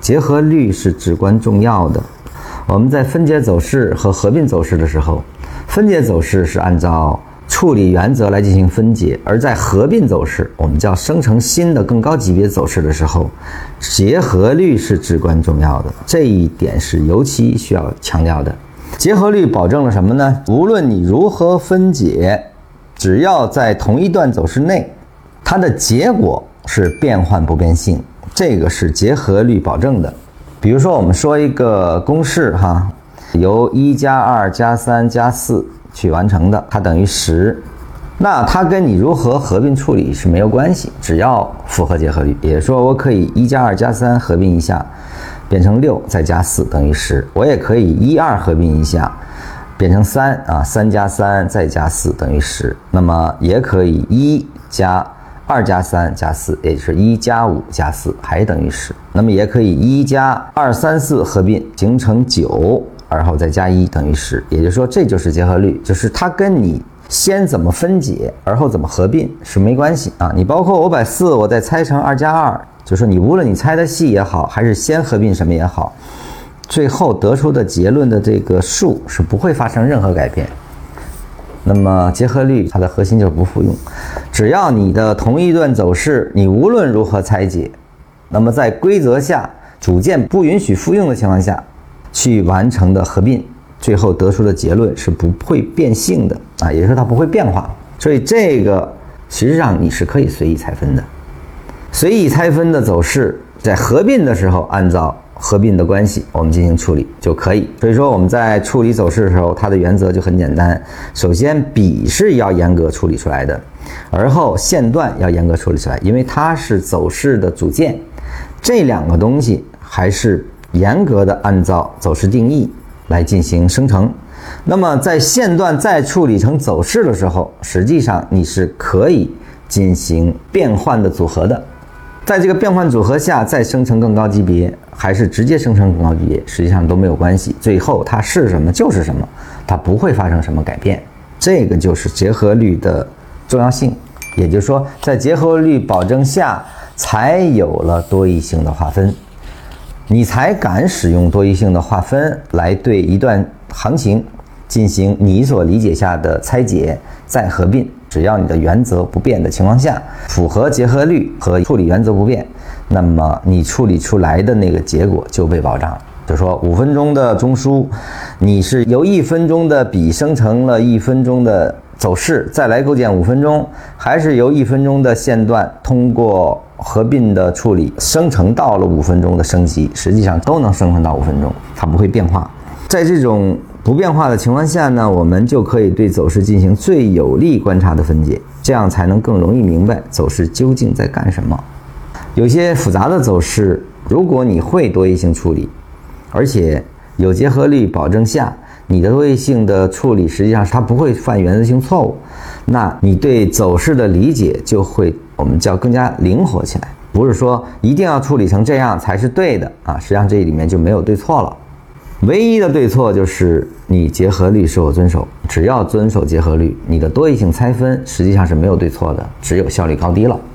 结合律是至关重要的。我们在分解走势和合并走势的时候，分解走势是按照处理原则来进行分解，而在合并走势，我们叫生成新的更高级别走势的时候，结合律是至关重要的。这一点是尤其需要强调的。结合律保证了什么呢？无论你如何分解，只要在同一段走势内，它的结果是变换不变性，这个是结合律保证的。比如说我们说一个公式由1加2加3加4去完成的，它等于10。那它跟你如何合并处理是没有关系，只要符合结合律。也就是说，我可以1加2加3合并一下，变成6，再加4等于10。我也可以1、2合并一下，变成3加3再加4等于10。那么也可以1加2加3加4，也就是1加5加4还等于10。那么也可以1加2、3、4合并形成9，然后再加1等于10。也就是说，这就是结合律，就是它跟你先怎么分解，而后怎么合并是没关系啊。你包括我把4我再拆成2加2，就是你无论你拆的细也好，还是先合并什么也好，最后得出的结论的这个数是不会发生任何改变。那么结合律它的核心就是不复用，只要你的同一段走势你无论如何拆解，那么在规则下组件不允许复用的情况下去完成的合并，最后得出的结论是不会变性的也就是说它不会变化。所以这个实际上你是可以随意拆分的，随意拆分的走势在合并的时候按照合并的关系我们进行处理就可以。所以说我们在处理走势的时候，它的原则就很简单，首先比是要严格处理出来的，而后线段要严格处理出来，因为它是走势的组件，这两个东西还是严格的按照走势定义来进行生成。那么在线段再处理成走势的时候，实际上你是可以进行变换的组合的，在这个变换组合下再生成更高级别，还是直接生成更高级别，实际上都没有关系，最后它是什么就是什么，它不会发生什么改变。这个就是结合律的重要性，也就是说在结合律保证下才有了多异性的划分，你才敢使用多异性的划分来对一段行情进行你所理解下的拆解再合并。只要你的原则不变的情况下，符合结合律和处理原则不变，那么你处理出来的那个结果就被保障。就是说5分钟的中枢，你是由1分钟的比生成了1分钟的走势，再来构建5分钟，还是由1分钟的线段通过合并的处理生成到了5分钟的升级，实际上都能生成到5分钟，它不会变化。在这种不变化的情况下呢，我们就可以对走势进行最有力观察的分解，这样才能更容易明白走势究竟在干什么。有些复杂的走势，如果你会多异性处理，而且有结合律保证下，你的多异性的处理实际上它不会犯原则性错误，那你对走势的理解就会我们叫更加灵活起来，不是说一定要处理成这样才是对的实际上这里面就没有对错了。唯一的对错就是你结合律是否遵守，只要遵守结合律，你的多异性拆分实际上是没有对错的，只有效率高低了。